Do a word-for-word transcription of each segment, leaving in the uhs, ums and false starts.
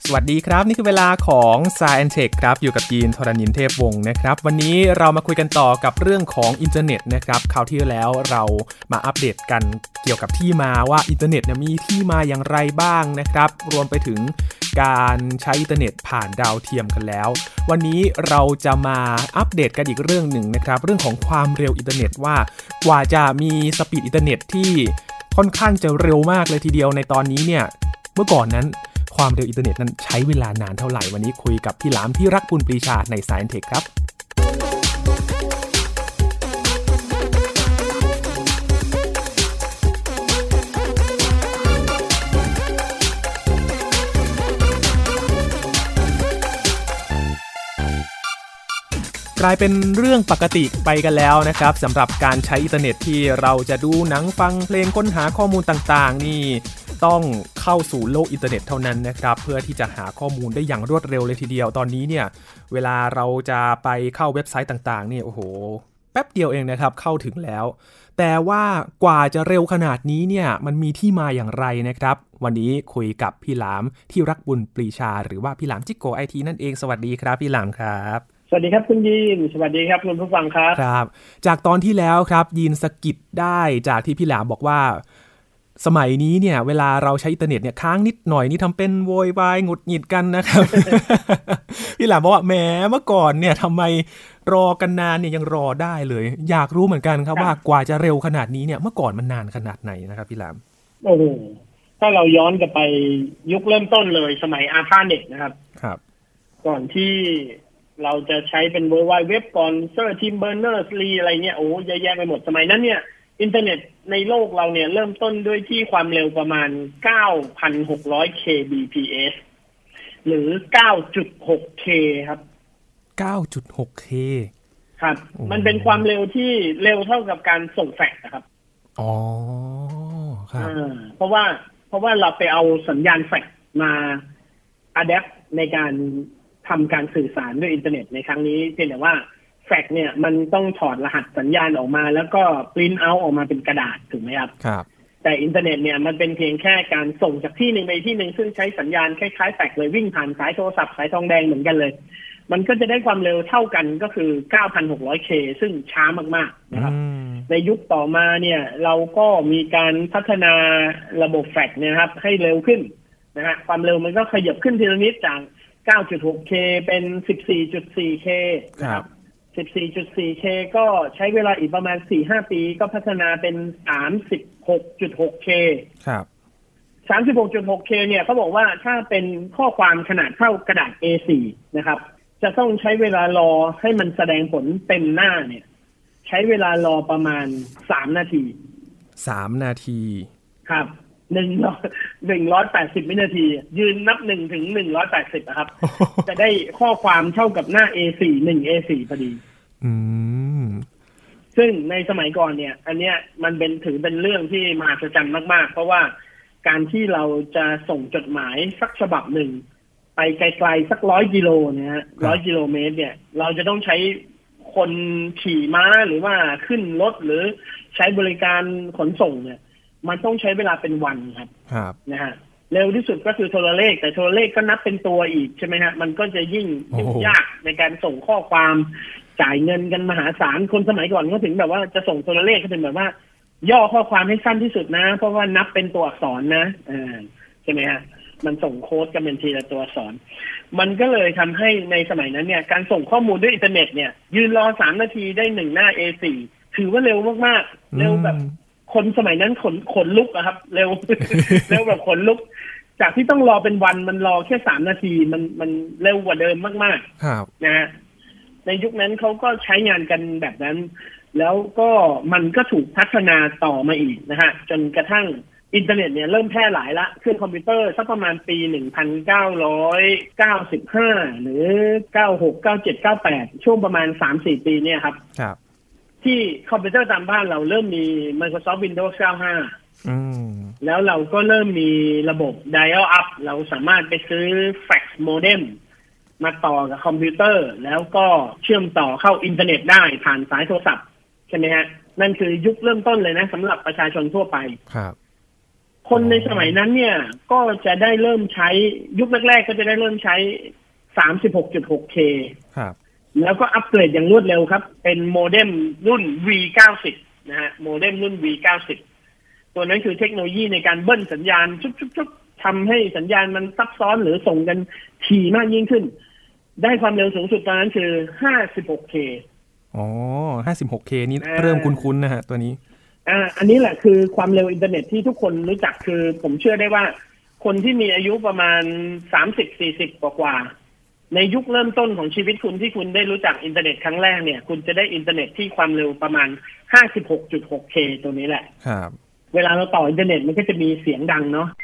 สวัสดีครับนี่คือเวลาของ Science Tech ครับอยู่กับยีนทรณินเทพวงศ์นะครับวันนี้เรามาคุยกันต่อกับเรื่องของอินเทอร์เน็ตนะครับคราวที่แล้วเรามาอัปเดตกันเกี่ยวกับที่มาว่าอินเทอร์เน็ตเนี่ยมีที่มาอย่างไรบ้างนะครับรวมไปถึงการใช้อินเทอร์เน็ตผ่านดาวเทียมกันแล้ววันนี้เราจะมาอัปเดตกันอีกเรื่องหนึ่งนะครับเรื่องของความเร็วอินเทอร์เน็ตว่ากว่าจะมีสปีดอินเทอร์เน็ตที่ค่อนข้างจะเร็วมากเลยทีเดียวในตอนนี้เนี่ยเมื่อก่อนนั้นความเร็วอินเทอร์เน็ตนั้นใช้เวลานานเท่าไหร่วันนี้คุยกับพี่หลามที่รักบุญปรีชาใน Science Tech ครับกลายเป็นเรื่องปกติไปกันแล้วนะครับสำหรับการใช้อินเทอร์เน็ตที่เราจะดูหนังฟังเพลงค้นหาข้อมูลต่างๆนี่ต้องเข้าสู่โลกอินเทอร์เน็ตเท่านั้นนะครับเพื่อที่จะหาข้อมูลได้อย่างรวดเร็วเลยทีเดียวตอนนี้เนี่ยเวลาเราจะไปเข้าเว็บไซต์ต่างๆนี่โอ้โหแป๊บเดียวเองนะครับเข้าถึงแล้วแต่ว่ากว่าจะเร็วขนาดนี้เนี่ยมันมีที่มาอย่างไรนะครับวันนี้คุยกับพี่หลามที่รักบุญปรีชาหรือว่าพี่หลามจิโกไอทีนั่นเองสวัสดีครับพี่หลามครับสวัสดีครับคุณยีนสวัสดีครับคุณผู้ฟังครับครับจากตอนที่แล้วครับยีนสกิดได้จากที่พี่หลามบอกว่าสมัยนี้เนี่ยเวลาเราใช้อินเทอร์เน็ตเนี่ยค้างนิดหน่อยนี่ทำเป็นโวยวายหงุดหงิดกันนะครับ พี่หลามบอกว่าแหมเมื่อก่อนเนี่ยทำไมรอกันนานเนี่ยยังรอได้เลยอยากรู้เหมือนกันครับว่ากว่าจะเร็วขนาดนี้เนี่ยเมื่อก่อนมันนานขนาดไหนนะครับพี่หลามโอ้โหถ้าเราย้อนกลับไปยุคเริ่มต้นเลยสมัยอาร์พาเน็ตนะครับครับก่อนที่เราจะใช้เป็นเวอร์ไวเว็บก่อนเซอร์ทิมเบอร์เนอร์สลีอะไรเนี่ยโอ้เยอะแยะไปหมดสมัยนั้นเนี่ยอินเทอร์เน็ตในโลกเราเนี่ยเริ่มต้นด้วยที่ความเร็วประมาณ เก้าพันหกร้อย เค บี พี เอส หรือ เก้าจุดหก เค ครับเก้าจุดหก เคครับมันเป็นความเร็วที่เร็วเท่ากับการส่งแฟกซ์นะครับอ๋อครับเพราะว่าเพราะว่าเราไปเอาสัญญาณแฟกซ์มาอะแดปในการทำการสื่อสารด้วยอินเทอร์เน็ตในครั้งนี้เพียงแต่ว่าแฟกซ์เนี่ยมันต้องถอดรหัสสัญญาณออกมาแล้วก็ปริ้นเอาท์ออกมาเป็นกระดาษถูกไหมครับครับแต่อินเทอร์เน็ตเนี่ยมันเป็นเพียงแค่การส่งจากที่หนึ่งไปที่หนึ่งซึ่งใช้สัญญาณคล้ายๆแฟกซ์เลยวิ่งผ่านสายโทรศัพท์สายทองแดงเหมือนกันเลยมันก็จะได้ความเร็วเท่ากันก็คือ เก้าพันหกร้อย เค ซึ่งช้ามากๆนะครับในยุคต่อมาเนี่ยเราก็มีการพัฒนาระบบแฟกซ์เนี่ยครับให้เร็วขึ้นนะฮะความเร็วมันก็ขยับขึ้นทีละนิดจาก เก้าจุดหก เค เป็น สิบสี่จุดสี่ เค นะครับ สิบสี่จุดสี่ เค ก็ใช้เวลาอีกประมาณ สี่ถึงห้า ปีก็พัฒนาเป็น สามสิบหกจุดหก เคครับสามสิบหกจุดหก เค เนี่ยเขาบอกว่าถ้าเป็นข้อความขนาดเท่ากระดาษ เอ โฟร์ นะครับจะต้องใช้เวลารอให้มันแสดงผลเต็มหน้าเนี่ยใช้เวลารอประมาณสามนาทีสามนาทีครับหนึ่งร้อยหนึ่งร้อยแปดสิบวินาทียืนนับหนึ่งถึงหนึ่งร้อยแปดสิบนะครับ จะได้ข้อความเท่ากับหน้า เอ โฟร์ หนึ่ง เอ โฟร์ พอดีอืมซึ่งในสมัยก่อนเนี่ยอันเนี้ยมันเป็นถือเป็นเรื่องที่มหัศจรรย์มากๆเพราะว่าการที่เราจะส่งจดหมายสักฉบับหนึ่งไปไกลๆสักร้อยกิโลเนี่ยฮะร้อยกิโลเมตรเนี่ยเราจะต้องใช้คนขี่ม้าหรือว่าขึ้นรถหรือใช้บริการขนส่งเนี่ยมันต้องใช้เวลาเป็นวันครับครับนะฮะเร็วที่สุดก็คือโทรเลขแต่โทรเลขก็นับเป็นตัวอีกใช่ไหมฮะมันก็จะยิ่งยุ่งยากในการส่งข้อความจ่ายเงินกันมหาศาลคนสมัยก่อนก็ถึงแบบว่าจะส่งโทรเลขก็เป็นแบบว่าย่อข้อความให้สั้นที่สุดนะเพราะว่านับเป็นตัวอักษรนะอ่าใช่ไหมฮะมันส่งโค้ดกันเป็นทีละตัวอักษรมันก็เลยทำให้ในสมัยนั้นเนี่ยการส่งข้อมูลด้วยอินเทอร์เน็ตเนี่ยยืนรอสามนาทีได้หนึ่งหน้า เอ โฟร์ ถือว่าเร็วมากๆเร็วแบบคนสมัยนั้นขนขนลุกอะครับเร็ว เร็วแบบขนลุกจากที่ต้องรอเป็นวันมันรอแค่สามนาทีมันมันเร็วกว่าเดิมมากๆนะฮะในยุคนั้นเขาก็ใช้งานกันแบบนั้นแล้วก็มันก็ถูกพัฒนาต่อมาอีกนะฮะจนกระทั่งอินเทอร์เน็ตเนี่ยเริ่มแพร่หลายละเครื่องคอมพิวเตอร์สักประมาณปีหนึ่งพันเก้าร้อยเก้าสิบห้าหรือเก้าหก เก้าเจ็ด เก้าแปดช่วงประมาณ สามถึงสี่ ปีเนี่ยครับครับที่คอมพิวเตอร์ตามบ้านเราเริ่มมี Microsoft Windows เก้าสิบห้าอืมแล้วเราก็เริ่มมีระบบ Dial Up เราสามารถไปซื้อ Fax Modem มาต่อกับคอมพิวเตอร์แล้วก็เชื่อมต่อเข้าอินเทอร์เน็ตได้ผ่านสายโทรศัพท์ใช่ไหมฮะนั่นคือยุคเริ่มต้นเลยนะสำหรับประชาชนทั่วไปครับคคนในสมัยนั้นเนี่ยก็จะได้เริ่มใช้ยุคแรกๆก็จะได้เริ่มใช้ สามสิบหกจุดหกเคครับแล้วก็อัปเกรดอย่างรวดเร็วครับเป็นโมเด็มรุ่น วี เก้าสิบ นะฮะโมเด็มรุ่น วี เก้าสิบ ตัวนั้นคือเทคโนโลยีในการเบิ้ลสัญญาณชุบๆๆทำให้สัญญาณมันซับซ้อนหรือส่งกันถี่มากยิ่งขึ้นได้ความเร็วสูงสุดตอนนั้นคือ ห้าสิบหกเคอ๋อ ห้าสิบหกเค นี่เริ่มคุ้นๆนะฮะตัวนี้อ่าอันนี้แหละคือความเร็วอินเทอร์เน็ตที่ทุกคนรู้จักคือผมเชื่อได้ว่าคนที่มีอายุประมาณ สามสิบสี่สิบ กว่าๆในยุคเริ่มต้นของชีวิตคุณที่คุณได้รู้จักอินเทอร์เน็ตครั้งแรกเนี่ยคุณจะได้อินเทอร์เน็ตที่ความเร็วประมาณ ห้าสิบหกจุดหกเค ตัวนี้แหละครับเวลาเราต่ออินเทอร์เน็ตมันก็จะมีเสียงดังเนาะ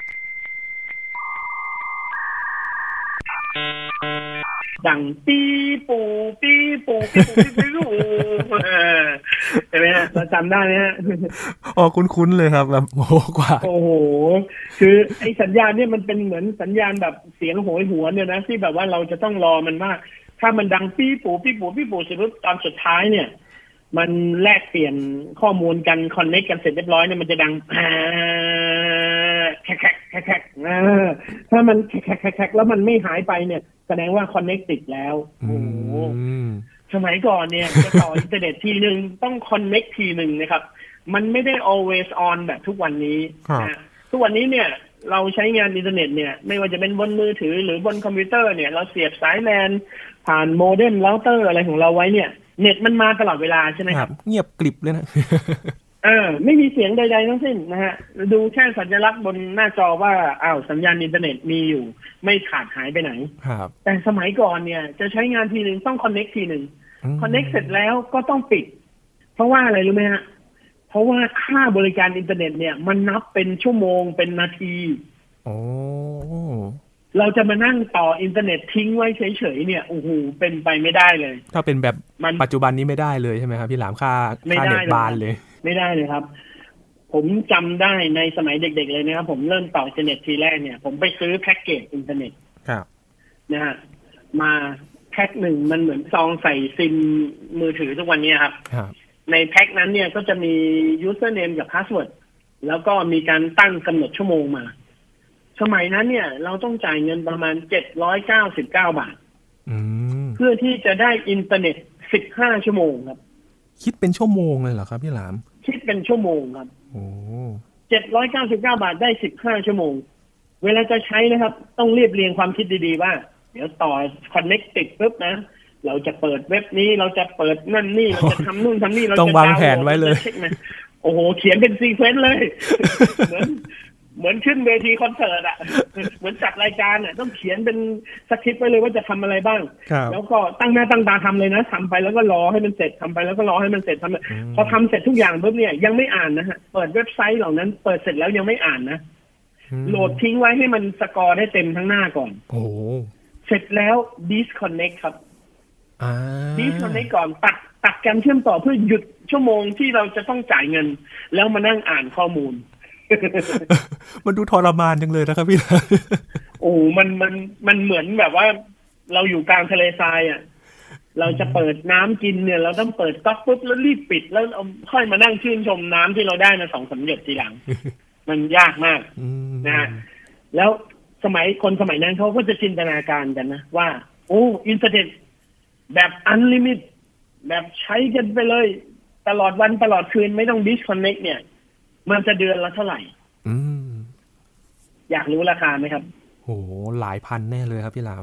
ดังปีปูปีปูปีปูปีปูใช่ไหมฮะเราจำได้ไหมฮะอ๋อคุ้นๆเลยครับแบบโอ้กว่าโอ้โหคือไอ้สัญญาณเนี่ยมันเป็นเหมือนสัญญาณแบบเสียงโหยหวนเนี่ยนะที่แบบว่าเราจะต้องรอมันว่าถ้ามันดังปีปูปีปูปีปูเสร็จปุ๊บตอนสุดท้ายเนี่ยมันแลกเปลี่ยนข้อมูลกันคอนเนคกันเสร็จเรียบร้อยเนี่ยมันจะดังแคกแคกแคกแคกถ้ามันแคกแคกแคกแล้วมันไม่หายไปเนี่ยแสดงว่าคอนเนคติดแล้วโอ้โหสมัยก่อนเนี่ยจะต่ออินเทอร์เน็ตทีนึงต้องคอนเนคทีนึงนะครับมันไม่ได้ always on แบบทุกวันนี้นะทุกวันนี้เนี่ยเราใช้งานอินเทอร์เน็ตเนี่ยไม่ว่าจะเป็นบนมือถือหรือบนคอมพิวเตอร์เนี่ยเราเสียบสายแลนผ่านโมเด็มเราเตอร์อะไรของเราไว้เนี่ยเน็ตมันมาตลอดเวลาใช่ไหมครับเงียบกริบเลยนะเออไม่มีเสียงใดๆทั้งสิ้นนะฮะดูแค่สัญลักษณ์บนหน้าจอว่าอ้าวสัญญาณอินเทอร์เน็ตมีอยู่ไม่ขาดหายไปไหนครับแต่สมัยก่อนเนี่ยจะใช้งานทีนึงต้องคอนเน็กทีนึงคอนเน็กเสร็จแล้วก็ต้องปิดเพราะว่าอะไรรู้ไหมฮะเพราะว่าค่าบริการอินเทอร์เน็ตเนี่ยมันนับเป็นชั่วโมงเป็นนาทีโอ้เราจะมานั่งต่ออินเทอร์เน็ตทิ้งไว้เฉยๆเนี่ยโอ้โหเป็นไปไม่ได้เลยถ้าเป็นแบบปัจจุบันนี้ไม่ได้เลยใช่ไหมครับพี่หลามค่าค่าเน็ตบานเลยไม่ได้เลยครับผมจำได้ในสมัยเด็กๆเลยนะครับผมเริ่มต่ออินเทอร์เน็ตทีแรกเนี่ยผมไปซื้อแพ็กเกจอินเทอร์เน็ตครับนะฮะมาแพ็คหนึ่งมันเหมือนซองใส่ซิมมือถือทุกวันนี้ครับในแพ็คนั้นเนี่ยก็จะมี username กับ password แล้วก็มีการตั้งกำหนดชั่วโมงมาสมัยนั้นเนี่ยเราต้องจ่ายเงินประมาณเจ็ดร้อยเก้าสิบเก้าบาทเพื่อที่จะได้อินเทอร์เน็ตสิบห้าชั่วโมงครับคิดเป็นชั่วโมงเลยเหรอครับพี่หลามคิดเป็นชั่วโมงครับโอ้เจ็ดร้อยเก้าสิบเก้าบาทได้สิบห้าชั่วโมงเวลาจะใช้นะครับต้องเรียบเรียงความคิดดีๆว่าเดี๋ยวต่อคอนเนคติดปุ๊บนะเราจะเปิดเว็บนี้เราจะเปิดนั่นนี่เราจะทำนู่นทำนี่เราจะต้องวางแผนไว้เลยโอ้โหเขียนเป็นซีเควนซ์เลยเหมือนเหมือนขึ้นเวทีคอนเสิร์ตอ่ะเหมือนจัดรายการอ่ะต้องเขียนเป็นสคริปต์ไว้เลยว่าจะทำอะไรบ้างแล้วก็ตั้งหน้าตั้งตาทำเลยนะทำไปแล้วก็รอให้มันเสร็จทำไปแล้วก็รอให้มันเสร็จทำพอทำเสร็จทุกอย่างปุ๊บเนี่ยยังไม่อ่านนะฮะเปิดเว็บไซต์เหล่านั้นเปิดเสร็จแล้วยังไม่อ่านนะโหลดทิ้งไว้ให้มันสกอร์ได้เต็มทั้งหน้าก่อนโอ้เสร็จแล้ว disconnect ครับอ่า disconnect ก่อนตัดตัดการเชื่อมต่อเพื่อหยุดชั่วโมงที่เราจะต้องจ่ายเงินแล้วมานั่งอ่านข้อมูลมันดูทรมานจังเลยนะครับพี่โอ้มันมันมันเหมือนแบบว่าเราอยู่กลางทะเลทรายอ่ะเราจะเปิดน้ำกินเนี่ยเราต้องเปิดก๊อกปุ๊บแล้วรีบปิดแล้วค่อยมานั่งชื่นชมน้ำที่เราได้มาสองสามหยดทีหลังมันยากมากนะฮะแล้วสมัยคนสมัยนั้นเขาก็จะจินตนาการกันนะว่าโอ้อินเทอร์เน็ตแบบอันลิมิตแบบใช้กันไปเลยตลอดวันตลอดคืนไม่ต้องดิสคอนเนคเนี่ยมันจะเดือนละเท่าไหร่อืมอยากรู้ราคาไหมครับโหหลายพันแน่เลยครับพี่หลาม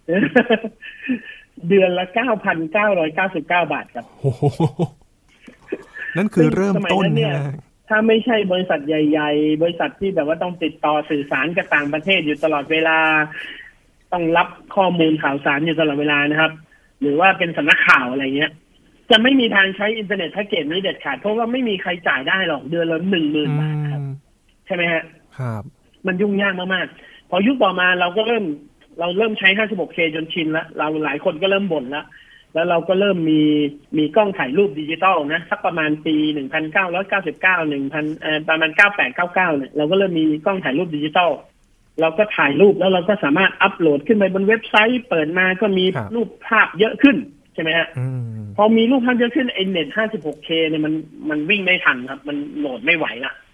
เดือนละ เก้าพันเก้าร้อยเก้าสิบเก้า บาทครับโอ้โหนั่นคือเริ่มต้นเนี่ยถ้าไม่ใช่บริษัทใหญ่ๆบริษัทที่แบบว่าต้องติดต่อสื่อสารกับต่างประเทศอยู่ตลอดเวลาต้องรับข้อมูลข่าวสารอยู่ตลอดเวลานะครับหรือว่าเป็นสำนักข่าวอะไรเงี้ยจะไม่มีทางใช้อินเทอร์เน็ตแพ็กเกจนี้เด็ดขาดเพราะว่าไม่มีใครจ่ายได้หรอกเดือนละหนึ่งหมื่นบาทครับใช่ไหมฮะครับมันยุ่งยากมากๆพอยุคต่อมาเราก็เริ่มเราเริ่มใช้ ห้าสิบหกเค จนชินแล้วเราหลายคนก็เริ่มบ่นแล้วแล้วเราก็เริ่มมีมีกล้องถ่ายรูปดิจิตอลนะสักประมาณปีหนึ่งพันเก้าร้อยเก้าสิบเก้า หนึ่งพันเอ่อประมาณเก้าแปด เก้าเก้าเนี่ยเราก็เริ่มมีกล้องถ่ายรูปดิจิตอลเราก็ถ่ายรูปแล้วเราก็สามารถอัปโหลดขึ้นไปบนเว็บไซต์เปิดมาก็มีรูปภาพเยอะขึ้นใช่ไหมฮะพอมีรูปภาพเยอะขึ้นไอ้เน็ต ห้าสิบหกเค เนี่ยมันมันวิ่งไม่ทันครับมันโหลดไม่ไหวละ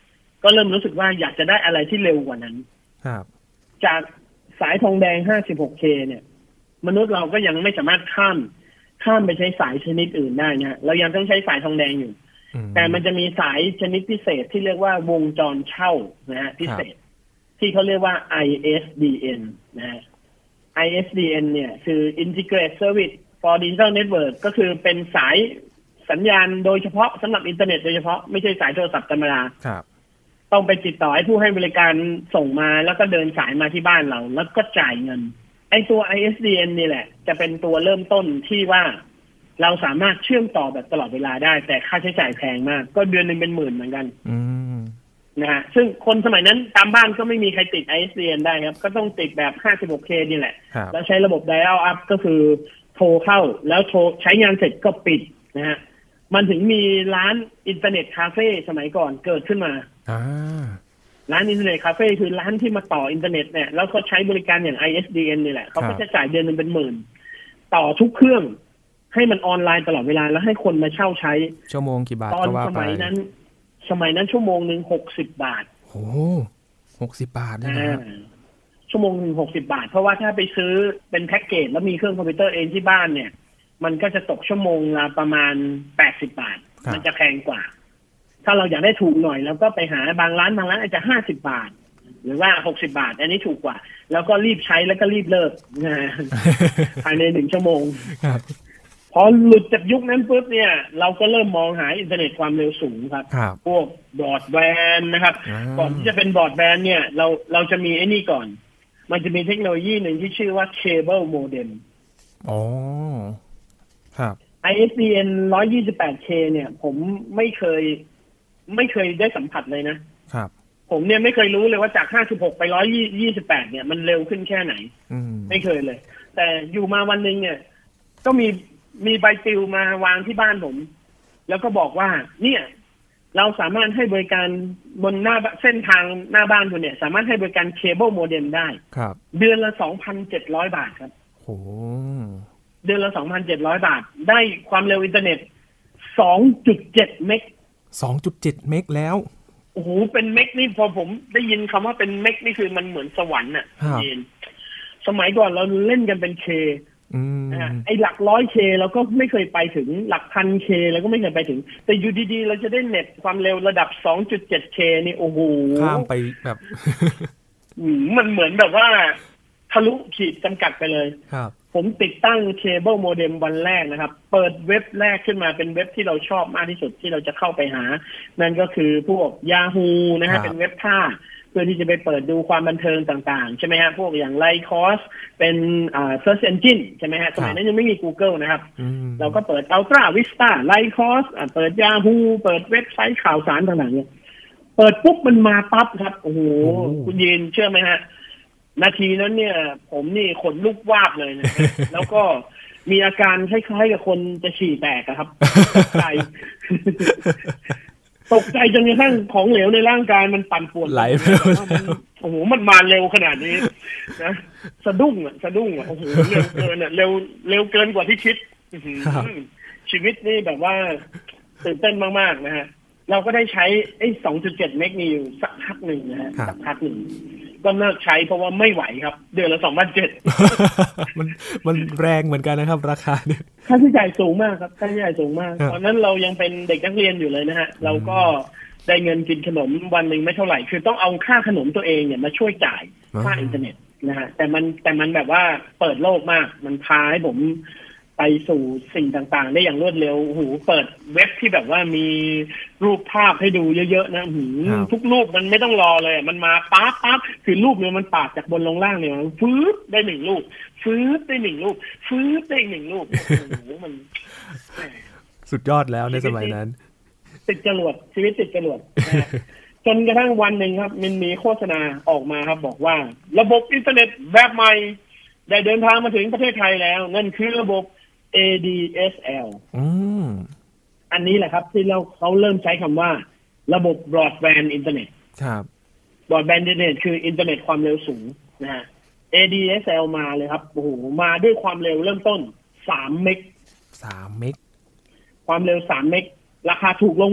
ก็เริ่มรู้สึกว่าอยากจะได้อะไรที่เร็วกว่านั้นครับจากสายทองแดง ห้าสิบหกเค เนี่ยมนุษย์เราก็ยังไม่สามารถข้ามข้ามไปใช้สายชนิดอื่นได้นะเรายังต้องใช้สายทองแดงอยู่แต่มันจะมีสายชนิดพิเศษที่เรียกว่าวงจรเช่านะฮะพิเศษที่เขาเรียกว่า ไอ เอส ดี เอ็น นะฮะ ไอ เอส ดี เอ็น เนี่ยคือ Integrated Service for Digital Network ก็คือเป็นสายสัญญาณโดยเฉพาะสำหรับอินเทอร์เน็ตโดยเฉพาะไม่ใช่สายโทรศัพท์ธรรมดาต้องไปติดต่อให้ผู้ให้บริการส่งมาแล้วก็เดินสายมาที่บ้านเราแล้วก็จ่ายเงินไอ้ตัว ไอ เอส ดี เอ็น นี่แหละจะเป็นตัวเริ่มต้นที่ว่าเราสามารถเชื่อมต่อแบบตลอดเวลาได้แต่ค่าใช้จ่ายแพงมากก็เดือนหนึ่งเป็นหมื่นเหมือนกันนะฮะซึ่งคนสมัยนั้นตามบ้านก็ไม่มีใครติด ไอ เอส ดี เอ็น ได้ครับก็ต้องติดแบบ ห้าสิบหกเค นี่แหละแล้วใช้ระบบ dial up ก็คือโทรเข้าแล้วโทรใช้งานเสร็จก็ปิดนะฮะมันถึงมีร้านอินเทอร์เน็ตคาเฟ่สมัยก่อนเกิดขึ้นมาร้านอินเทอร์เน็ตคาเฟ่คือร้านที่มาต่ออินเทอร์เน็ตเนี่ยแล้วก็ใช้บริการอย่าง ไอ เอส ดี เอ็น นี่แหละเขาก็จะจ่ายเดือนนึงเป็นหมื่นต่อทุกเครื่องให้มันออนไลน์ตลอดเวลาแล้วให้คนมาเช่าใช้ชั่วโมงกี่บาทตอนสมัยนั้นสมัยนั้นชั่วโมงนึงหกสิบบาทโอ้หกสิบบาทนะชั่วโมงนึงหกสิบบาทเพราะว่าถ้าไปซื้อเป็นแพ็กเกจแล้วมีเครื่องคอมพิวเตอร์เองที่บ้านเนี่ยมันก็จะตกชั่วโมงละประมาณแปดสิบบาทมันจะแพงกว่าถ้าเราอยากได้ถูกหน่อยแล้วก็ไปหาบางร้านบางร้านอาจจะห้าสิบบาทหรือว่าหกสิบาทอันนี้ถูกกว่าแล้วก็รีบใช้แล้วก็รีบเลิกภายในหนึ่งชั่วโมงพอหลุดจากยุคนั้นปุ๊บเนี่ยเราก็เริ่มมองหาอินเทอร์เน็ตความเร็วสูงครับพวกบรอดแบนด์นะครับก่อนที่จะเป็นบรอดแบนด์เนี่ยเราเราจะมีไอ้นี่ก่อนมันจะมีเทคโนโลยีหนึ่งที่ชื่อว่าเคเบิลโมเด็มอ๋อครับไอ เอส ดี เอ็น หนึ่งร้อยยี่สิบแปดเค เนี่ยผมไม่เคยไม่เคยได้สัมผัสเลยนะครับผมเนี่ยไม่เคยรู้เลยว่าจากห้าสิบหกไปหนึ่งร้อยยี่สิบแปดเนี่ยมันเร็วขึ้นแค่ไหนไม่เคยเลยแต่อยู่มาวันนึงเนี่ยก็มีมีใบปลิวมาวางที่บ้านผมแล้วก็บอกว่าเนี่ยเราสามารถให้บริการบนหน้าเส้นทางหน้าบ้านคุณเนี่ยสามารถให้บริการเคเบิลโมเด็มได้ครับเดือนละ สองพันเจ็ดร้อย บาทครับโอ้เดือนละ สองพันเจ็ดร้อย บาทได้ความเร็วอินเทอร์เน็ต สองจุดเจ็ด เมกสองจุดเจ็ด เมกแล้วโอ้โหเป็นเมกนี่พอผมได้ยินคำว่าเป็นเมกนี่คือมันเหมือนสวรรค์น่ะเย็นสมัยก่อนเราเล่นกันเป็นเคไอ้หลักร้อยเคเราก็ไม่เคยไปถึงหลักพันเคเราก็ไม่เคยไปถึงแต่อยู่ดีๆเราจะได้เน็ตความเร็วระดับ สองจุดเจ็ด เคนี่โอ้โหข้ามไปแบบมันเหมือนแบบว่าทะลุขีดจำกัดไปเลยครับผมติดตั้งเคเบิลโมเด็มวันแรกนะครับเปิดเว็บแรกขึ้นมาเป็นเว็บที่เราชอบมากที่สุดที่เราจะเข้าไปหานั่นก็คือพวก Yahoo นะฮะเป็นเว็บท่าเพื่อที่จะไปเปิดดูความบันเทิงต่างๆใช่ไหมฮะพวกอย่าง Lycos เป็นอ่า Search Engine ใช่ไหมฮะสมัยนั้นยังไม่มี Google นะครับเราก็เปิด Ultra Vista Lycos อ่าเปิด Yahoo เปิดเว็บไซต์ข่าวสารต่างๆเนี่ยเปิดปุ๊บมันมาปั๊บครับโอ้โหคุณยินเชื่อไหมฮะนาทีนั้นเนี่ยผมนี่ขนลุกวาบเลยนะ แล้วก็มีอาการคล้ายๆกับคนจะฉี่แตกครับตกใจตกใจจนกระทั่งของเหลวในร่างกายมันปั่นป่วนไหลไปโอ้โหมันมาเร็วขนาดนี้นะสะดุ้งอ่ะสะดุ้งอ่ะโอ้โหเร็วเกินอ่ะเร็วเร็วเกินกว่าที่คิดชีวิตนี่แบบว่าตื่นเต้นมากๆนะฮะเราก็ได้ใช้ไอ้ สองจุดเจ็ด เมกนี่อยู่สักพักหนึ่งนะฮะสักพักหนึ่งก็เลิกใช้เพราะว่าไม่ไหวครับเดือนละ สองพันเจ็ดร้อยมันมันแรงเหมือนกันนะครับราคาเนี่ยค่าใช้จ่ายสูงมากครับค่าใช้จ่ายสูงมากตอนนั้นเรายังเป็นเด็กนักเรียนอยู่เลยนะฮะเราก็ได้เงินกินขนมวันนึงไม่เท่าไหร่คือต้องเอาค่าขนมตัวเองเนี่ยมาช่วยจ่ายค่าอินเทอร์เน็ตนะฮะแต่มันแต่มันแบบว่าเปิดโลกมากมันพาให้ผมไปสู่สิ่งต่างๆได้อย่างรวดเร็วหูเปิดเว็บที่แบบว่ามีรูปภาพให้ดูเยอะๆนะหูทุกรูปมันไม่ต้องรอเลยมันมาปั๊บปั๊บคือรูปเนี่ยมันปาดจากบนลงล่างเนี่ยฟื้นได้หนึ่งรูปฟื้นได้หนึ่งรูปฟื้นได้หนึ่งรูปโอ้โหมันสุดยอดแล้วในสมัยนั้นติดจรวดชีวิตติดจรวดจนกระทั่งวันหนึ่งครับมันมีโฆษณาออกมาครับบอกว่าระบบอินเทอร์เน็ตแบบใหม่ได้เดินทางมาถึงประเทศไทยแล้วนั่นคือระบบเอ ดี เอส แอลอืมอันนี้แหละครับที่เราเขาเริ่มใช้คำว่าระบบบรอดแบนด์อินเทอร์เน็ตครับบรอดแบนด์อินเทอร์เน็ตคืออินเทอร์เน็ตความเร็วสูงนะฮะ เอ ดี เอส แอล มาเลยครับโอ้โหมาด้วยความเร็วเริ่มต้นสามเมกสามเมกความเร็วสามเมกราคาถูกลงเยอะ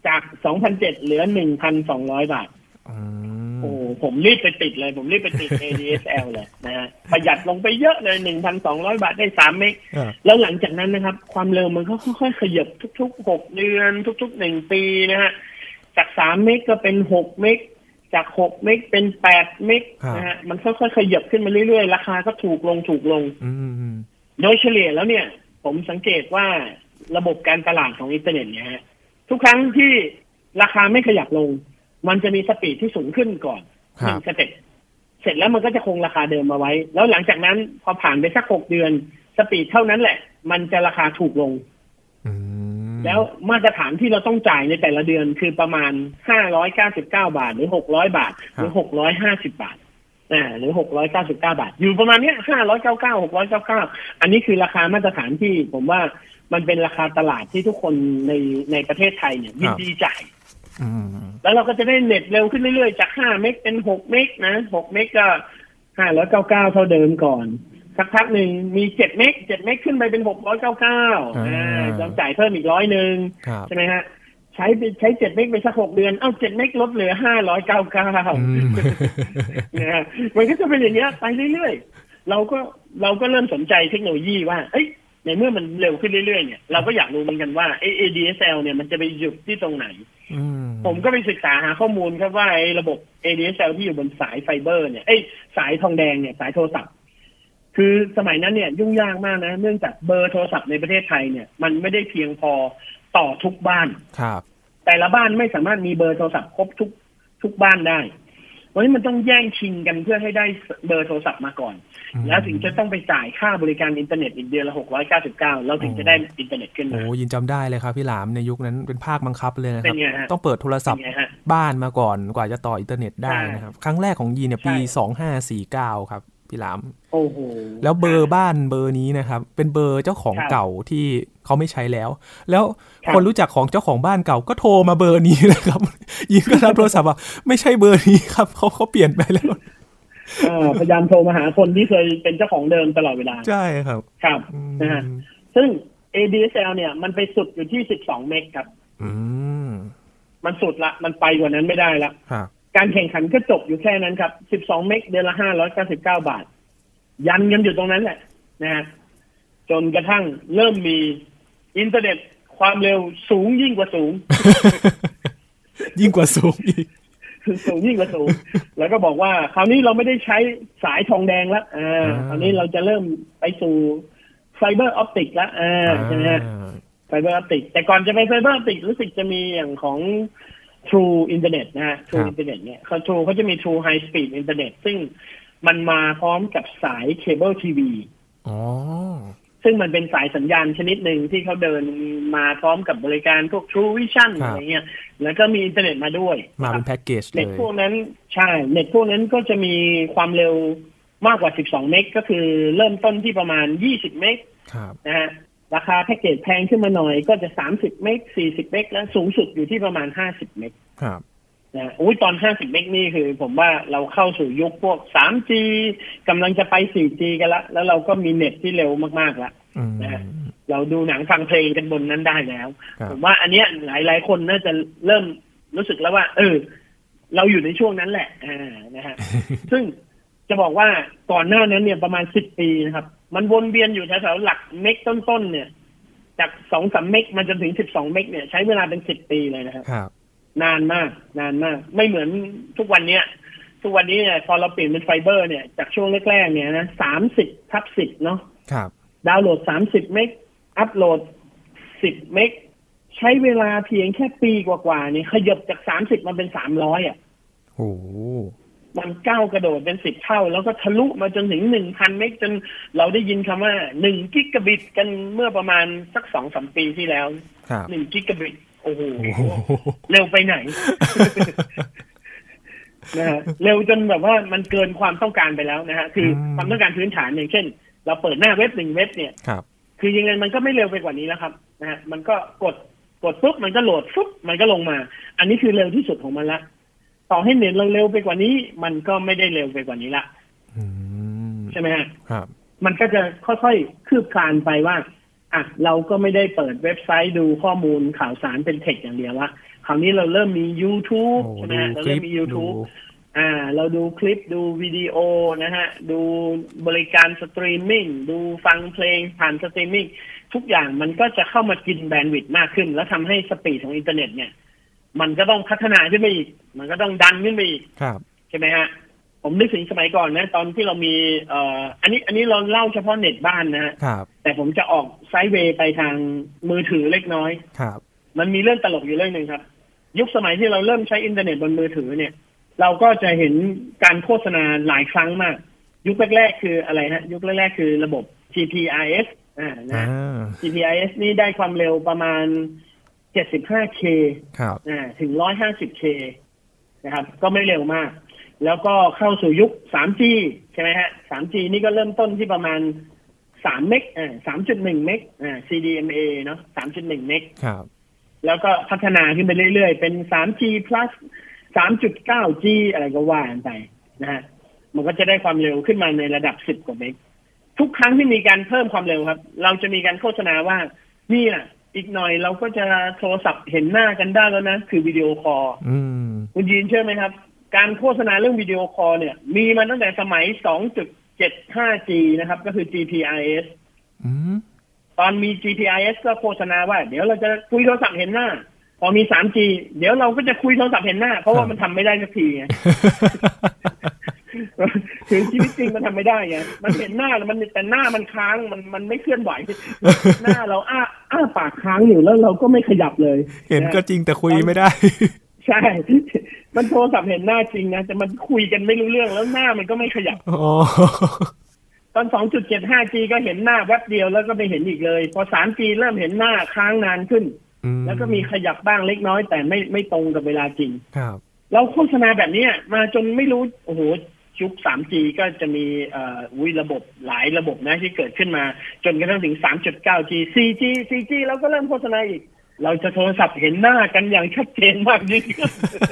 จาก สองพันเจ็ดร้อย เหลือ หนึ่งพันสองร้อย บาทโอ้ผมรีบไปติดเลยผมรีบไปติด เอ ดี เอส แอล เลยนะฮะประหยัดลงไปเยอะเลย หนึ่งพันสองร้อย บาทได้สามเมกแล้วหลังจากนั้นนะครับความเร็วมันก็ค่อยๆขยับทุกๆหกเดือนทุกๆหนึ่งปีนะฮะจากสามเมกก็เป็นหกเมกจากหกเมกเป็นแปดเมกนะฮะมันค่อยๆขยับขึ้นมาเรื่อยๆราคาก็ถูกลงถูกลงโดยเฉลี่ยแล้วเนี่ยผมสังเกตว่าระบบการตลาดของอินเทอร์เน็ตเนี่ยฮะทุกครั้งที่ราคาไม่ขยับลงมันจะมีสปีดที่สูงขึ้นก่อนหนึ่งสเต็ปเสร็จแล้วมันก็จะคงราคาเดิมมาไว้แล้วหลังจากนั้นพอผ่านไปสักหกเดือนสปีดเท่านั้นแหละมันจะราคาถูกลงแล้วมาตรฐานที่เราต้องจ่ายในแต่ละเดือนคือประมาณห้าร้อยเก้าสิบเก้าบาทหรือหกร้อยบาทหรือหกร้อยห้าสิบบาทอ่าหรือหกร้อยเก้าสิบเก้าบาทอยู่ประมาณเนี้ยห้าร้อยเก้าสิบเก้า หกร้อยเก้าสิบเก้าอันนี้คือราคามาตรฐานที่ผมว่ามันเป็นราคาตลาดที่ทุกคนในในประเทศไทยเนี่ยยินดีจ่ายแล้วเราก็จะได้เน็ตเร็วขึ้นเรื่อยๆจากห้าเมกเป็นหกเมกนะหกเมกก็ห้าร้อยเก้าสิบเก้าเท่าเดิมก่อนสักพักหนึ่งมีเจ็ดเมกเจ็ดเมกขึ้นไปเป็นหกร้อยเก้าสิบเก้าอ่าต้องจ่ายเพิ่มอีกร้อยนึงใช่ไหมฮะใช้ไปใช้เจ็ดเมกไปสักหกเดือนเอ้าเจ็ดเมกลดเหลือห้าร้อยเก้าสิบเก้านะฮะมันก็จะเป็นอย่างเงี้ยไปเรื่อยๆเราก็เราก็เริ่มสนใจเทคโนโลยีว่าเอ้ยในเมื่อมันเร็วขึ้นเรื่อยๆเนี่ยเราก็อยากรู้เหมือนกันว่า เอ ดี เอส แอล เนี่ยมันจะไปหยุดที่ตรงไหนผมก็ไปศึกษาหาข้อมูลครับว่าไอ้ระบบ เอ ดี เอส แอล ที่อยู่บนสายไฟเบอร์เนี่ยเอ้ยสายทองแดงเนี่ยสายโทรศัพท์คือสมัยนั้นเนี่ยยุ่งยากมากนะเนื่องจากเบอร์โทรศัพท์ในประเทศไทยเนี่ยมันไม่ได้เพียงพอต่อทุกบ้านครับแต่ละบ้านไม่สามารถมีเบอร์โทรศัพท์ครบทุกทุกบ้านได้เพราะฉะนั้นมันต้องแย่งชิงกันเพื่อให้ได้เบอร์โทรศัพท์มาก่อนแล้วถึงจะต้องไปจ่ายค่าบริการอินเทอร์เน็ตอีกเดือนละหกร้อยเก้าสิบเก้าแล้วถึงจะได้อินเทอร์เน็ตขึ้นมาโอ้ยินจำได้เลยครับพี่หลามในยุคนั้นเป็นภาคบังคับเลยนะครับต้องเปิดโทรศัพท์บ้านมาก่อนกว่าจะต่ออินเทอร์เน็ตได้นะครับครั้งแรกของยีนเนี่ยปีสองพันห้าร้อยสี่สิบเก้าครับพี่หลามโอ้โหแล้วเบอร์บ้านเบอร์นี้นะครับเป็นเบอร์เจ้าของเก่าที่เขาไม่ใช้แล้วแล้วคนรู้จักของเจ้าของบ้านเก่าก็โทรมาเบอร์นี้เลยครับยิงก็รับโทรศัพท์ว่าไม่ใช่เบอร์นี้ครับเขาเขาเปลี่ยนไปแล้วพยายามโทรมาหาคนที่เคยเป็นเจ้าของเดิมตลอดเวลาใช่ครับครับนะฮะซึ่ง เอ ดี เอส แอล เนี่ยมันไปสุดอยู่ที่สิบสองเมกครับอืมมันสุดละมันไปกว่านั้นไม่ได้ละการแข่งขันก็จบอยู่แค่นั้นครับสิบสองเมกเดือนละห้าร้อยเก้าสิบเก้าบาทยันกันอยู่ตรงนั้นแหละนะฮะจนกระทั่งเริ่มมีอินเทอร์เน็ตความเร็วสูงยิ่งกว่าสูงยิ่งกว่าสูงอีกสูงยิ่งกว่าสูงแล้วก็บอกว่าคราวนี้เราไม่ได้ใช้สายทองแดงแล้วอ่าคราวนี้เราจะเริ่มไปสู่ไฟเบอร์ออปติกแล้วอ่าใช่ไหมฮะไฟเบอร์ออปติกแต่ก่อนจะไปไฟเบอร์ออปติกรู้สึกจะมีอย่างของ True Internet นะฮะ True Internet เนี่ยเขา True เขาจะมี True High Speed Internet ซึ่งมันมาพร้อมกับสายเคเบิลทีวีอ๋อซึ่งมันเป็นสายสัญญาณชนิดหนึ่งที่เขาเดินมาพร้อมกับบริการพวก True Vision อะไรเงี้ยแล้วก็มีอินเทอร์เน็ตมาด้วยมาเป็นแพ็กเกจเลยเน็ตพวกนั้นใช่เน็ตพวกนั้นก็จะมีความเร็วมากกว่าสิบสองเมกก็คือเริ่มต้นที่ประมาณยี่สิบเมกนะฮะราคาแพ็กเกจแพงขึ้นมาหน่อยก็จะสามสิบเมกสี่สิบเมกแล้วสูงสุดอยู่ที่ประมาณห้าสิบเมกครับนะอุ้ยตอนห้าสิบเมกนี่คือผมว่าเราเข้าสู่ยุคพวก ทรีจี กำลังจะไป โฟร์จี กันละแล้วเราก็มีเน็ตที่เร็วมากๆแล้วนะฮะเราดูหนังฟังเพลงกันบนนั้นได้แล้วผมว่าอันเนี้ยหลายๆคนน่าจะเริ่มรู้สึกแล้วว่าเออเราอยู่ในช่วงนั้นแหละอ่านะฮะ ซึ่งจะบอกว่าก่อนหน้านั้นเนี่ยประมาณสิบปีนะครับมันวนเวียนอยู่แถวๆหลักเมกต้นๆเนี่ยจาก สองถึงสาม เมกมันจนถึงสิบสองเมกเนี่ยใช้เวลาเป็นสิบปีเลยนะครับนานมากนานมากไม่เหมือนทุกวันเนี้ยทุกวันนี้เนี่ยพอเราเปลี่ยนเป็นไฟเบอร์เนี่ยจากช่วงแรกๆเนี่ยนะสามสิบทับสิบเนาะครับดาวน์โหลดสามสิบเมกอัพโหลดสิบเมกใช้เวลาเพียงแค่ปีกว่าๆนี่ขยับจากสามสิบมาเป็นสามร้อยอ่ะโอ้มันก้าวกระโดดเป็นสิบเท่าแล้วก็ทะลุมาจนถึง หนึ่งพัน เมกจนเราได้ยินคำว่าหนึ่งกิกะบิตกันเมื่อประมาณสัก สองถึงสาม ปีที่แล้วหนึ่งกิกะบิตโอ้โหเร็วไปไหนนะฮะเร็วจนแบบว่ามันเกินความต้องการไปแล้วนะฮะคือความต้องการพื้นฐานอย่างเช่นเราเปิดหน้าเว็บหนึ่งเว็บเนี่ยคือยังไงมันก็ไม่เร็วไปกว่านี้แล้วครับนะฮะมันก็กดกดปุ๊บมันก็โหลดปุ๊บมันก็ลงมาอันนี้คือเร็วที่สุดของมันละต่อให้เน็ตเราเร็วไปกว่านี้มันก็ไม่ได้เร็วไปกว่านี้ละใช่ไหมฮะมันก็จะค่อยๆคืบคลานไปว่าอ่ะเราก็ไม่ได้เปิดเว็บไซต์ดูข้อมูลข่าวสารเป็นเทคอย่างเดียวว่าคราวนี้เราเริ่มมี YouTube ใช่ไหมฮะเราเริ่มมี YouTube อ่าเราดูคลิปดูวิดีโอนะฮะดูบริการสตรีมมิ่งดูฟังเพลงผ่านสตรีมมิ่งทุกอย่างมันก็จะเข้ามากินแบนด์วิดต์มากขึ้นแล้วทำให้สปีดของอินเทอร์เน็ตเนี่ยมันก็ต้องพัฒนาขึ้นไปอีกมันก็ต้องดันขึ้นไปอีกใช่ไหมฮะผมนึกถึงสมัยก่อนนะตอนที่เรามีเอ่ออันนี้อันนี้เราเล่าเฉพาะเน็ตบ้านนะฮะแต่ผมจะออกไซด์เวย์ไปทางมือถือเล็กน้อยมันมีเรื่องตลกอยู่เรื่องนึงครับยุคสมัยที่เราเริ่มใช้อินเทอร์เน็ตบนมือถือเนี่ยเราก็จะเห็นการโฆษณาหลายครั้งมากยุคแรกๆคืออะไรฮะยุคแรกๆคือระบบ จี พี อาร์ เอส อ่านะ จี พี อาร์ เอส นี่ได้ความเร็วประมาณ เจ็ดสิบห้าเคครับอ่าถึง หนึ่งร้อยห้าสิบเค นะครับก็ไม่เร็วมากแล้วก็เข้าสู่ยุค ทรีจี ใช่ไหมฮะ ทรีจี นี่ก็เริ่มต้นที่ประมาณสามเมกอ่า สามจุดหนึ่ง เมกอ่า ซี ดี เอ็ม เอ เนาะ สามจุดหนึ่ง เมกครับแล้วก็พัฒนาขึ้นไปเรื่อยๆเป็น ทรีจี plus สามจุดเก้าจี อะไรก็ว่ากันไปนะฮะมันก็จะได้ความเร็วขึ้นมาในระดับสิบกว่าเมกทุกครั้งที่มีการเพิ่มความเร็วครับเราจะมีการโฆษณาว่านี่อ่ะอีกหน่อยเราก็จะโทรศัพท์เห็นหน้ากันได้แล้วนะคือวิดีโอคอลคุณยินเชื่อไหมครับการโฆษณาเรื่องวิดีโอคอลเนี่ยมีมาตั้งแต่สมัย สองจุดเจ็ดห้าจี นะครับก็คือ จี พี อาร์ เอส ตอนมี จี พี อาร์ เอส ก็โฆษณาว่าเดี๋ยวเราจะคุยโทรศัพท์เห็นหน้าพอมี ทรีจี เดี๋ยวเราก็จะคุยโทรศัพท์เห็นหน้าเพราะว่ามันทำไม่ได้สักทีไงคือชีวิตจริงมันทำไม่ได้ไงมันเห็นหน้าแล้วมันแต่หน้ามันค้างมันมันไม่เคลื่อนไหวหน้าเราอ้าอ้าปากค้างอยู่แล้วเราก็ไม่ขยับเลยเห็นก็จริงแต่คุยไม่ได้ใช่มันโทรศัพท์เห็นหน้าจริงนะแต่มันคุยกันไม่รู้เรื่องแล้วหน้ามันก็ไม่ขยับตอน สองจุดเจ็ดห้าจี ก็เห็นหน้าแวบเดียวแล้วก็ไม่เห็นอีกเลยพอ ทรีจี เริ่มเห็นหน้าค้างนานขึ้นแล้วก็มีขยับบ้างเล็กน้อยแต่ไม่ไม่ตรงกับเวลาจริงครับเราโฆษณาแบบนี้มาจนไม่รู้โอ้โหยุค ทรีจี ก็จะมีเอ่อวิระบบหลายระบบนะที่เกิดขึ้นมาจนกระทั่งถึง สามจุดเก้าจี โฟร์จี โฟร์จี เราก็เริ่มโฆษณาอีกเราจะโทรศัพท์เห็นหน้ากันอย่างชัดเจนมากยิ่งขึ้น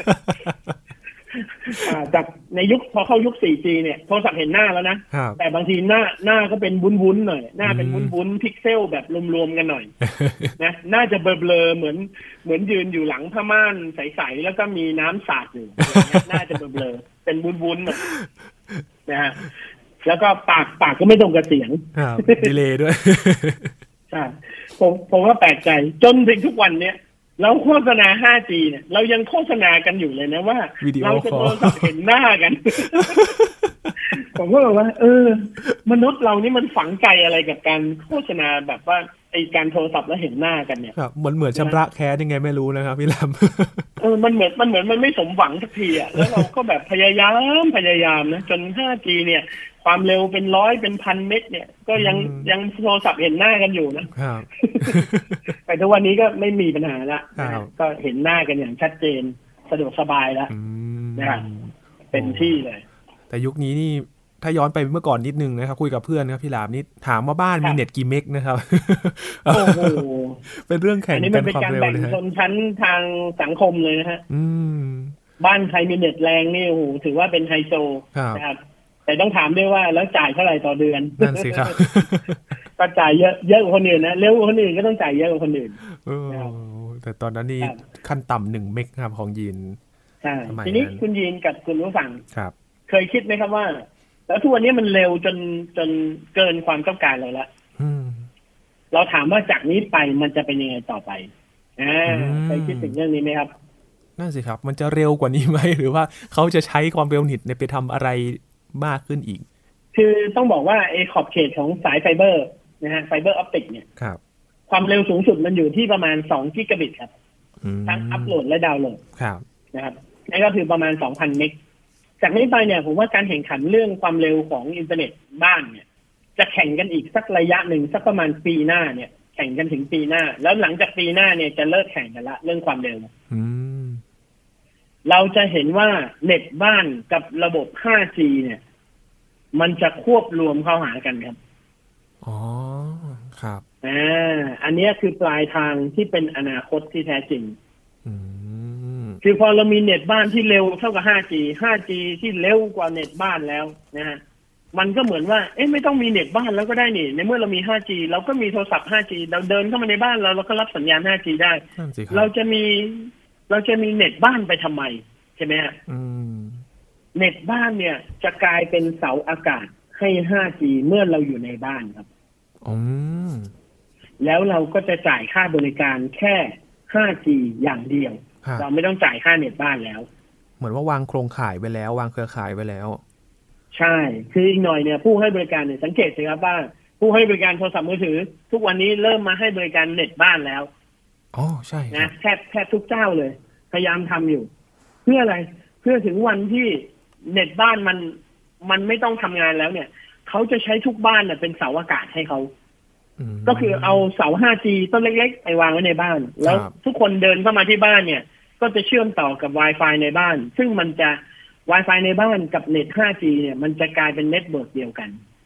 จากในยุคพอเข้ายุค โฟร์จี เนี่ยโทรศัพท์เห็นหน้าแล้วนะแต่บางทีหน้าหน้าก็เป็นวุ้นๆหน่อยหน้าเป็นวุ้นๆพิกเซลแบบรวมๆกันหน่อยนะน่าจะเบลอๆเหมือนเหมือนยืนอยู่หลังผ้าม่านใสๆแล้วก็มีน้ำสาดอยู่น่าจะเบลอๆเป็นวุ้นๆนะฮะแล้วก็ปากปากก็ไม่ตรงกับเสียงดีเลย์ด้วยใช่ผมผมว่าแปลกใจจนถึงทุกวันเนี้ยเราโฆษณา ไฟว์จี เนี่ยเรายังโฆษณากันอยู่เลยนะว่าเราจะโทรศัพท์เห็นหน้ากันผมก็บอกว่าเออมนุษย์เรานี่มันฝังใจอะไรกับการโฆษณาแบบว่าไอการโทรศัพท์แล้วเห็นหน้ากันเนี่ยครับมันเหมือนชำระแค้นยังไงไม่รู้นะครับพี่ลำเออมันเหมือนมันเหมือนมันไม่สมหวังสักทีอ่ะแล้วเราก็แบบพยายามพยายามนะจน ไฟว์จี เนี่ยความเร็วเป็นร้อยเป็นพันเมกเนี่ยก็ยังยังโทรศัพท์เห็นหน้ากันอยู่นะครับแต่ทุกวันนี้ก็ไม่มีปัญหาละก็เห็นหน้ากันอย่างชัดเจนสะดวกสบายแล้วนะครับเป็นที่เลยแต่ยุคนี้นี่ถ้าย้อนไปเมื่อก่อนนิดนึงนะครับคุยกับเพื่อนครับพี่หลามนี่ถามว่าบ้านมีเน็ตกี่เมกนะครับโอ้โหเป็นเรื่องแข่งกันความเร็วเลยนะชนชั้นทางสังคมเลยนะฮะบ้านใครมีเน็ตแรงนี่โอ้โหถือว่าเป็นไฮโซนะครับแต่ต้องถามด้วยว่าแล้วจ่ายเท่าไหร่ต่อเดือนนั่นสิครับก็จ่ายเยอะเยอะกว่าคนอื่นนะเร็วกว่าคนอื่นก็ต้องจ่ายเยอะกว่าคนอื่นแต่ตอนนั้นนี่ขั้นต่ำหนึ่งเมกครับของยีนใช่ทีนี้คุณยีนกับคุณผู้ฟังครับเคยคิดไหมครับว่าแล้วทุกวันนี้มันเร็วจนจนเกินความต้องการเราแล้วเราถามว่าจากนี้ไปมันจะเป็นยังไงต่อไปอ่าเคยคิดถึงเรื่องนี้ไหมครับนั่นสิครับมันจะเร็วกว่านี้ไหมหรือว่าเขาจะใช้ความเร็วนิดไปทำอะไรมากขึ้นอีกคือต้องบอกว่าไอ้ขอบเขตของสายไฟเบอร์นะฮะไฟเบอร์ออปติกเนี่ยครับความเร็วสูงสุดมันอยู่ที่ประมาณสองกิกะบิตครับทั้งอัพโหลดและดาวน์โหลดครับนะครับนั่นก็คือประมาณ สองพัน เมกจากนี้ไปเนี่ยผมว่าการแข่งขันเรื่องความเร็วของอินเทอร์เน็ตบ้านเนี่ยจะแข่งกันอีกสักระยะหนึ่งสักประมาณปีหน้าเนี่ยแข่งกันถึงปีหน้าแล้วหลังจากปีหน้าเนี่ยจะเลิกแข่งกันละเรื่องความเร็วเราจะเห็นว่าเน็ตบ้านกับระบบ ไฟว์จี เนี่ยมันจะควบรวมเข้าหากันครับอ๋อครับอ่าอันนี้คือปลายทางที่เป็นอนาคตที่แท้จริงอืมคือพอเรามีเน็ตบ้านที่เร็วเท่ากับ ไฟว์จี ไฟว์จี ที่เร็วกว่าเน็ตบ้านแล้วนะฮะมันก็เหมือนว่าเอ๊ะไม่ต้องมีเน็ตบ้านแล้วก็ได้นี่ในเมื่อเรามี ไฟว์จี เราก็มีโทรศัพท์ ไฟว์จี เราเดินเข้ามาในบ้านเราเราก็รับสัญญาณ ไฟว์จี ได้เราจะมีเราจะมีเน็ตบ้านไปทำไมใช่ไหมฮะเน็ตบ้านเนี่ยจะกลายเป็นเสาอากาศให้ ไฟว์จี เมื่อเราอยู่ในบ้านครับอืมแล้วเราก็จะจ่ายค่าบริการแค่ ไฟว์จี อย่างเดียวเราไม่ต้องจ่ายค่าเน็ตบ้านแล้วเหมือนว่าวางโครงข่ายไว้แล้ววางเครือข่ายไว้แล้วใช่คืออีกหน่อยเนี่ยผู้ให้บริการเนี่ยสังเกตสิครับว่าผู้ให้บริการโทรศัพท์มือถือทุกวันนี้เริ่มมาให้บริการเน็ตบ้านแล้วอ๋อใช่นะแทบแทบทุกเจ้าเลยพยายามทำอยู่เพื่ออะไรเพื่อถึงวันที่เน็ตบ้านมันมันไม่ต้องทำงานแล้วเนี่ยเขาจะใช้ทุกบ้านเนี่ยเป็นเสาอากาศให้เขาก็คือเอาเสา ไฟว์จี ต้นเล็กๆไปวางไว้ในบ้านแล้วทุกคนเดินเข้ามาที่บ้านเนี่ยก็จะเชื่อมต่อกับ Wi-Fi ในบ้านซึ่งมันจะ Wi-Fi ในบ้านกับเน็ต ไฟว์จี เนี่ยมันจะกลายเป็นเน็ตเวิร์กเดียวกัน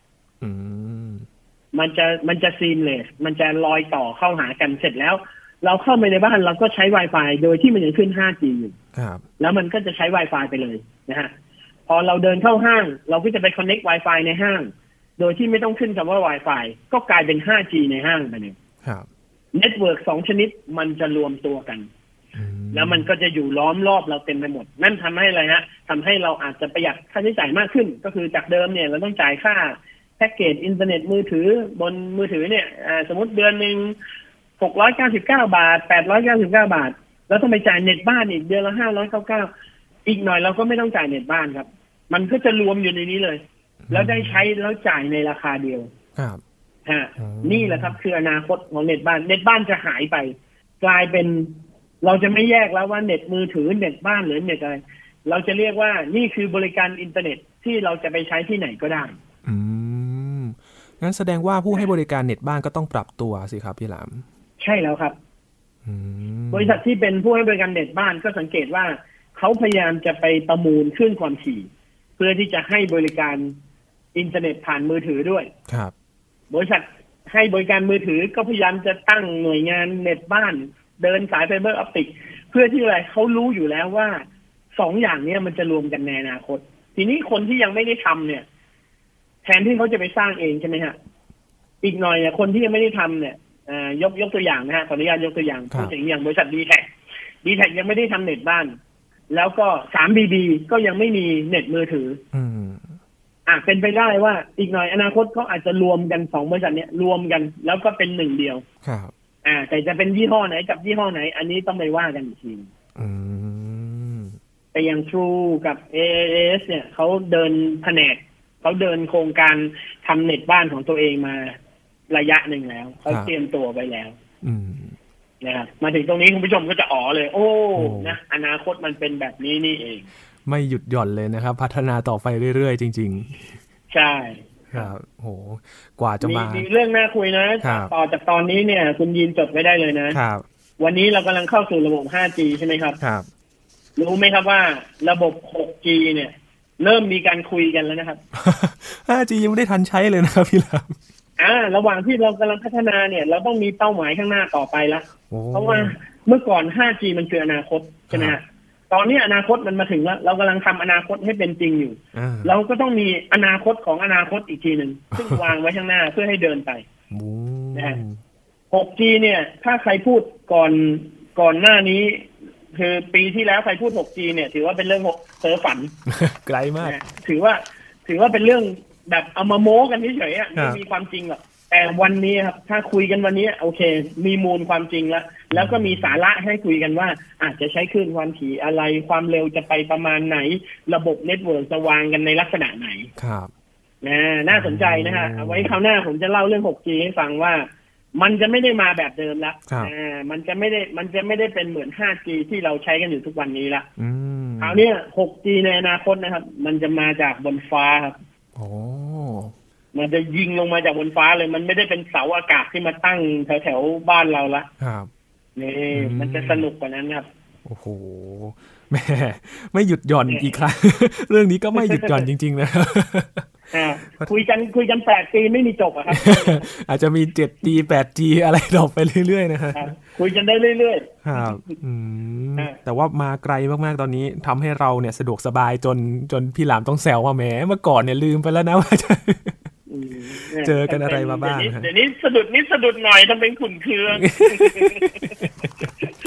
มันจะมันจะซีมเลสมันจะลอยต่อเข้าหากันเสร็จแล้วเราเข้าไปในบ้านเราก็ใช้ Wi-Fi โดยที่มันยังขึ้น ไฟว์จี อยู่แล้วมันก็จะใช้ Wi-Fi ไปเลยนะฮะพอเราเดินเข้าห้างเราก็จะไป connect Wi-Fi ในห้างโดยที่ไม่ต้องขึ้นคำว่า Wi-Fi ก็กลายเป็น ไฟว์จี ในห้างไปเลยเน็ตเวิร์กสองชนิดมันจะรวมตัวกันแล้วมันก็จะอยู่ล้อมรอบเราเต็มไปหมดนั่นทำให้อะไรฮะทำให้เราอาจจะประหยัดค่าใช้จ่ายมากขึ้นก็คือจากเดิมเนี่ยเราต้องจ่ายค่าแพ็กเกจอินเทอร์เน็ตมือถือบนมือถือเนี่ยสมมติเดือนหนึ่งหกร้อยเก้าสิบเก้าบาทแปดร้อยเก้าสิบเก้าบาทแล้วต้องไปจ่ายเน็ตบ้านอีกเดือนละห้าร้อยเก้าสิบเก้าอีกหน่อยเราก็ไม่ต้องจ่ายเน็ตบ้านครับมันก็จะรวมอยู่ในนี้เลยแล้วได้ใช้แล้วจ่ายในราคาเดียวครับฮะนี่แหละครับคืออนาคตของเน็ตบ้านเน็ตบ้านจะหายไปกลายเป็นเราจะไม่แยกแล้วว่าเน็ตมือถือเน็ตบ้านหรือเน็ตอะไรเราจะเรียกว่านี่คือบริการอินเทอร์เน็ตที่เราจะไปใช้ที่ไหนก็ได้อืมงั้นแสดงว่าผู้ให้บริการเน็ตบ้านก็ต้องปรับตัวสิครับพี่หลามใช่แล้วครับบริษัทที่เป็นผู้ให้บริการเน็ตบ้านก็สังเกตว่าเขาพยายามจะไปประมูลคลื่นความถี่เพื่อที่จะให้บริการอินเทอร์เน็ตผ่านมือถือด้วยครับบริษัทให้บริการมือถือก็พยายามจะตั้งหน่วยงานเน็ตบ้านเดินสายไฟเบอร์ออปติกเพื่อที่อะไรเขารู้อยู่แล้วว่าสองอย่างนี้มันจะรวมกันในอนาคตทีนี้คนที่ยังไม่ได้ทำเนี่ยแทนที่เขาจะไปสร้างเองใช่ไหมฮะอีกหน่อยเนี่ยคนที่ยังไม่ได้ทำเนี่ยยกยกตัวอย่างนะฮะขออนุญาตยกตัวอย่างพูดถึงอย่างบริษัท ดี แท็ก ดี แท็ก ยังไม่ได้ทำเน็ตบ้านแล้วก็ ทรี บี บี ก็ยังไม่มีเน็ตมือถืออ่ะเป็นไปได้ว่าอีกหน่อยอนาคตเขาอาจจะรวมกันสองบริษัทเนี้ยรวมกันแล้วก็เป็นหนึ่งเดียวครับอ่าแต่จะเป็นยี่ห้อไหนกับยี่ห้อไหนอันนี้ต้องไปว่ากันอีกทีอืมแต่อย่าง True กับ เอ เอ เอส เนี่ยเขาเดินแผนกเขาเดินโครงการทำเน็ตบ้านของตัวเองมาระยะหนึ่งแล้วเขาเตรียมตัวไว้แล้วนะครับมาถึงตรงนี้คุณผู้ชมก็จะอ๋อเลยโอ้นะอนาคตมันเป็นแบบนี้นี่เองไม่หยุดหย่อนเลยนะครับพัฒนาต่อไปเรื่อยๆจริงๆใช่ครับโหกว่าจะมามีเรื่องน่าคุยนะต่อจากตอนนี้เนี่ยคุณยินจดไว้ได้เลยนะครับวันนี้เรากำลังเข้าสู่ระบบ ไฟว์จี ใช่ไหมครับครับรู้ไหมครับว่าระบบ หกจี เนี่ยเริ่มมีการคุยกันแล้วนะครับไฟว์จี ยังไม่ได้ทันใช้เลยนะครับพี่ลามอ่าระหว่างที่เรากำลังพัฒนาเนี่ยเราต้องมีเป้าหมายข้างหน้าต่อไปละเพราะว่าเมื่อก่อน ไฟว์จี มันคืออนาคตใช่ไหมฮะตอนนี้อนาคตมันมาถึงแล้วเรากำลังทำอนาคตให้เป็นจริงอยู่เราก็ต้องมีอนาคตของอนาคตอีกทีหนึ่งซึ่งวางไว้ข้างหน้าเพื่อให้เดินไปนะฮะ หกจี เนี่ยถ้าใครพูดก่อนก่อนหน้านี้คือปีที่แล้วใครพูด หกจี เนี่ยถือว่าเป็นเรื่องเพ้อฝันไกลมากถือว่าถือว่าเป็นเรื่องแบบเอามาโม้กันเฉยๆอ่ะไม่มีความจริงหรอกแต่วันนี้ครับถ้าคุยกันวันนี้โอเคมีมูลความจริงแล้วแล้วก็มีสาระให้คุยกันว่าอาจจะใช้คลื่นความถี่อะไรความเร็วจะไปประมาณไหนระบบเน็ตเวิร์กจะวางกันในลักษณะไหนครับนะน่าสนใจนะฮะเอาไว้คราวหน้าผมจะเล่าเรื่อง หกจี ให้ฟังว่ามันจะไม่ได้มาแบบเดิมละอ่ามันจะไม่ได้มันจะไม่ได้เป็นเหมือน ไฟว์จี ที่เราใช้กันอยู่ทุกวันนี้ละคราวนี้ หกจี ในอนาคตนะครับมันจะมาจากบนฟ้าครับโอ้มันจะยิงลงมาจากบนฟ้าเลยมันไม่ได้เป็นเสาอากาศที่มาตั้งแถวๆบ้านเราละครับนี่มันจะสนุกกว่านั้นครับโอ้โหแม่ไม่หยุดหย่อนอีกครั้งเรื่องนี้ก็ไม่หยุดหย่อนจริงๆนะคุยกันคุยกันแปดปีไม่มีจบอะครับอาจจะมี เจ็ดจี แปดจี อะไรต่อไปเรื่อยๆนะครับคุยกันได้เรื่อยๆครับอืมแต่ว่ามาไกลมากๆตอนนี้ทำให้เราเนี่ยสะดวกสบายจนจนพี่หลามต้องแซวว่าแหมเมื่อก่อนเนี่ยลืมไปแล้วนะว่าจะเจอกันอะไรมาบ้างเดี๋ยวนี้สะดุดนิดสะดุดหน่อยทำเป็นขุ่นเคือง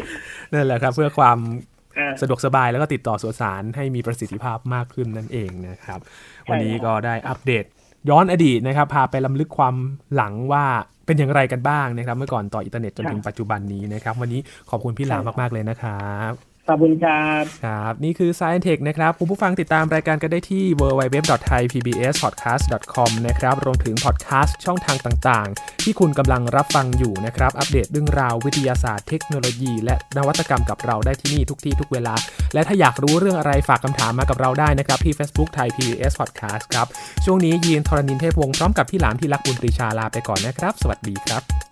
นั่นแหละครับเพื่อความสะดวกสบายแล้วก็ติดต่อสื่อสารให้มีประสิทธิภาพมากขึ้นนั่นเองนะครับวันนี้ก็ได้อัปเดตย้อนอดีตนะครับพาไปล้ำลึกความหลังว่าเป็นอย่างไรกันบ้างนะครับเมื่อก่อนต่ออินเทอร์เน็ตจนถึงปัจจุบันนี้นะครับวันนี้ขอบคุณพี่หลามมากๆเลยนะครับขอบคุณครับครับนี่คือ Science Tech นะครับคุณผู้ฟังติดตามรายการกันได้ที่ ดับเบิลยู ดับเบิลยู ดับเบิลยู ดอท ไทย พี บี เอส พอดแคสต์ ดอท คอม นะครับรวมถึงพอดแคสต์ช่องทางต่างๆที่คุณกำลังรับฟังอยู่นะครับอัปเดตเรื่องราววิทยาศาสตร์เทคโนโลยีและนวัตกรรมกับเราได้ที่นี่ทุกที่ทุกเวลาและถ้าอยากรู้เรื่องอะไรฝากคำถามมากับเราได้นะครับที่ Facebook ไทย พี บี เอส Podcast ครับช่วงนี้ยีนทรณินเทพวงศ์พร้อมกับพี่หลามที่รักบุญปรีชาลาไปก่อนนะครับสวัสดีครับ